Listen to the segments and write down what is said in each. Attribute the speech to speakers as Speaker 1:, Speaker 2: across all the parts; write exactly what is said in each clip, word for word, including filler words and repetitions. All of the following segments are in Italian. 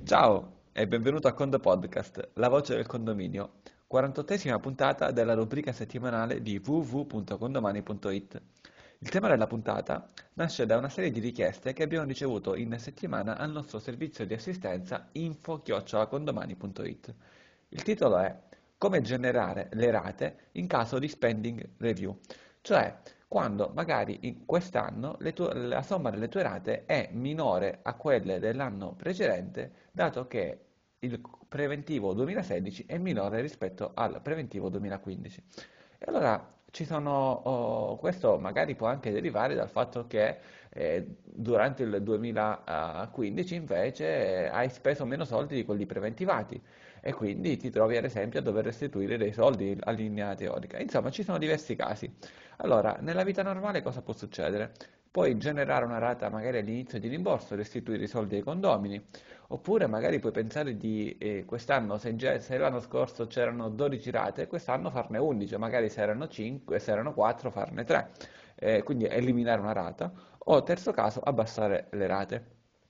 Speaker 1: Ciao e benvenuto a Condo Podcast, la voce del condominio, quarantottesima puntata della rubrica settimanale di w w w punto condomani punto it. Il tema della puntata nasce da una serie di richieste che abbiamo ricevuto in settimana al nostro servizio di assistenza info chiocciola condomani punto it. Il titolo è Come generare le rate in caso di spending review, cioè quando magari in quest'anno le tue- la somma delle tue rate è minore a quelle dell'anno precedente, dato che il preventivo duemilasedici è minore rispetto al preventivo duemilaquindici. E allora ci sono, oh, questo magari può anche derivare dal fatto che eh, durante il duemilaquindici invece eh, hai speso meno soldi di quelli preventivati e quindi ti trovi ad esempio a dover restituire dei soldi a linea teorica. Insomma, ci sono diversi casi. Allora, nella vita normale cosa può succedere? Puoi generare una rata magari all'inizio di rimborso, restituire i soldi ai condomini, oppure magari puoi pensare di eh, quest'anno, se, già- se l'anno scorso c'erano dodici rate, quest'anno farne undici, magari se erano cinque, se erano quattro, farne tre, eh, quindi eliminare una rata, o terzo caso, abbassare le rate.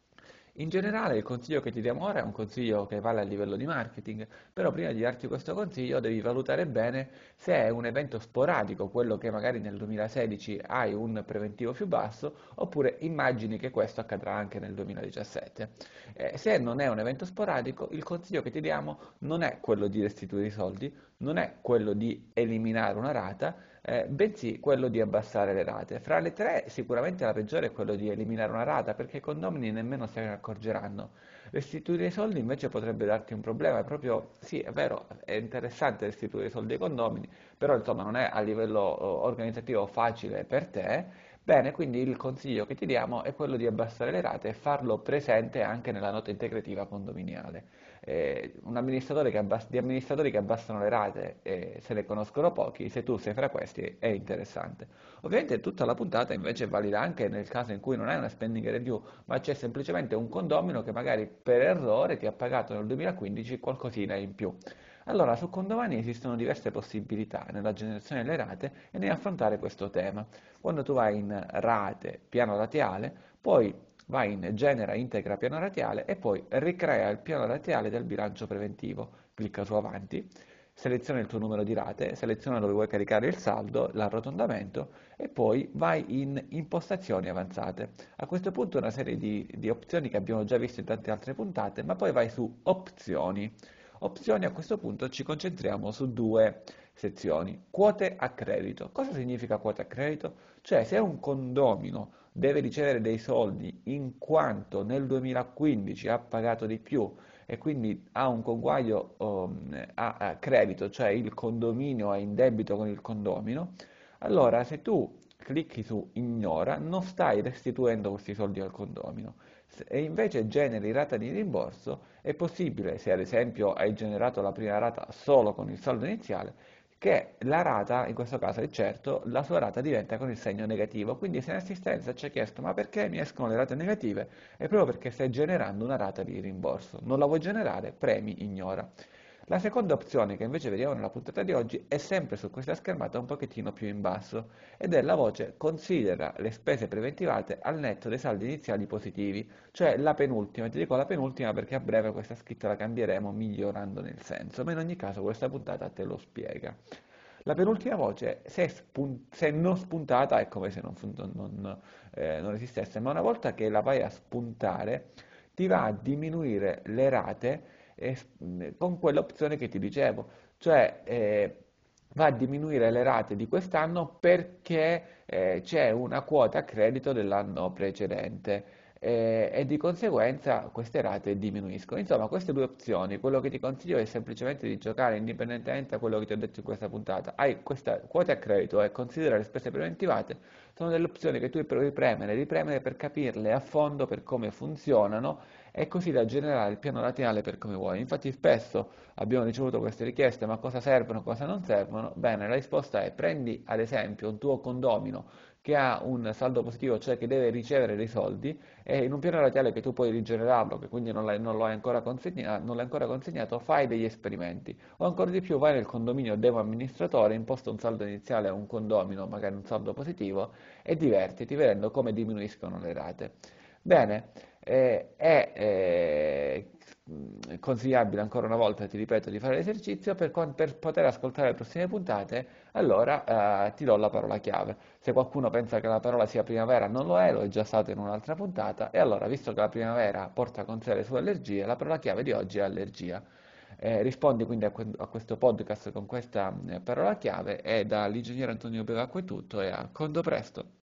Speaker 1: In generale il consiglio che ti diamo ora è un consiglio che vale a livello di marketing, però prima di darti questo consiglio devi valutare bene se è un evento sporadico, quello che magari nel duemilasedici hai un preventivo più basso, oppure immagini che questo accadrà anche nel duemiladiciassette. Eh, se non è un evento sporadico, il consiglio che ti diamo non è quello di restituire i soldi, non è quello di eliminare una rata, eh, bensì quello di abbassare le rate. Fra le tre sicuramente la peggiore è quello di eliminare una rata perché i condomini nemmeno se ne accorgeranno. Restituire i soldi invece potrebbe darti un problema, è proprio, sì, è vero, è interessante restituire i soldi ai condomini, però insomma non è a livello oh, organizzativo facile per te. Bene, quindi il consiglio che ti diamo è quello di abbassare le rate e farlo presente anche nella nota integrativa condominiale. Eh, un amministratore che abbass- di amministratori che abbassano le rate e se ne conoscono pochi, se tu sei fra questi è interessante. Ovviamente tutta la puntata invece è valida anche nel caso in cui non hai una spending review, ma c'è semplicemente un condomino che magari per errore ti ha pagato nel duemilaquindici qualcosina in più. Allora, su Condomani esistono diverse possibilità nella generazione delle rate e nell'affrontare questo tema. Quando tu vai in rate, piano rateale, poi vai in genera, integra piano rateale e poi ricrea il piano rateale del bilancio preventivo. Clicca su avanti, seleziona il tuo numero di rate, seleziona dove vuoi caricare il saldo, l'arrotondamento e poi vai in impostazioni avanzate. A questo punto una serie di, di opzioni che abbiamo già visto in tante altre puntate, ma poi vai su opzioni. Opzioni a questo punto ci concentriamo su due sezioni. Quote a credito. Cosa significa quote a credito? Cioè se un condomino deve ricevere dei soldi in quanto nel duemilaquindici ha pagato di più e quindi ha un conguaglio um, a, a credito, cioè il condominio è in debito con il condomino, allora se tu clicchi su ignora non stai restituendo questi soldi al condomino e invece generi rata di rimborso, è possibile, se ad esempio hai generato la prima rata solo con il saldo iniziale, che la rata, in questo caso è certo, la sua rata diventa con il segno negativo. Quindi se in assistenza ci ha chiesto ma perché mi escono le rate negative? È proprio perché stai generando una rata di rimborso. Non la vuoi generare? Premi ignora. La seconda opzione che invece vediamo nella puntata di oggi è sempre su questa schermata un pochettino più in basso ed è la voce considera le spese preventivate al netto dei saldi iniziali positivi, cioè la penultima. Ti dico la penultima perché a breve questa scritta la cambieremo migliorando nel senso, ma in ogni caso questa puntata te lo spiega. La penultima voce, se, spun- se non spuntata, è come se non, fun- non- eh, non esistesse, ma una volta che la vai a spuntare, ti va a diminuire le rate eh, s- con quell'opzione che ti dicevo, cioè eh, va a diminuire le rate di quest'anno perché eh, c'è una quota a credito dell'anno precedente eh, e di conseguenza queste rate diminuiscono. Insomma, queste due opzioni, quello che ti consiglio è semplicemente di giocare indipendentemente da quello che ti ho detto in questa puntata. Hai questa quota a credito e considera le spese preventivate, sono delle opzioni che tu puoi premere e ripremere per capirle a fondo per come funzionano e così da generare il piano laterale per come vuoi. Infatti spesso abbiamo ricevuto queste richieste, ma cosa servono, cosa non servono? Bene, la risposta è prendi ad esempio un tuo condomino che ha un saldo positivo, cioè che deve ricevere dei soldi, e in un piano laterale che tu puoi rigenerarlo, che quindi non l'hai, non lo hai ancora consegnato, non l'hai ancora consegnato, fai degli esperimenti. O ancora di più vai nel condominio devo amministratore, imposta un saldo iniziale a un condomino, magari un saldo positivo, e divertiti vedendo come diminuiscono le rate. Bene, eh, è, eh, consigliabile ancora una volta, ti ripeto, di fare l'esercizio per, quan- per poter ascoltare le prossime puntate. Allora eh, ti do la parola chiave. Se qualcuno pensa che la parola sia primavera, non lo è, lo è già stato in un'altra puntata. E allora, visto che la primavera porta con sé le sue allergie, la parola chiave di oggi è allergia. Eh, rispondi quindi a, que- a questo podcast con questa eh, parola chiave, e dall'ingegnere Antonio Bevacqua è tutto, e a condo presto.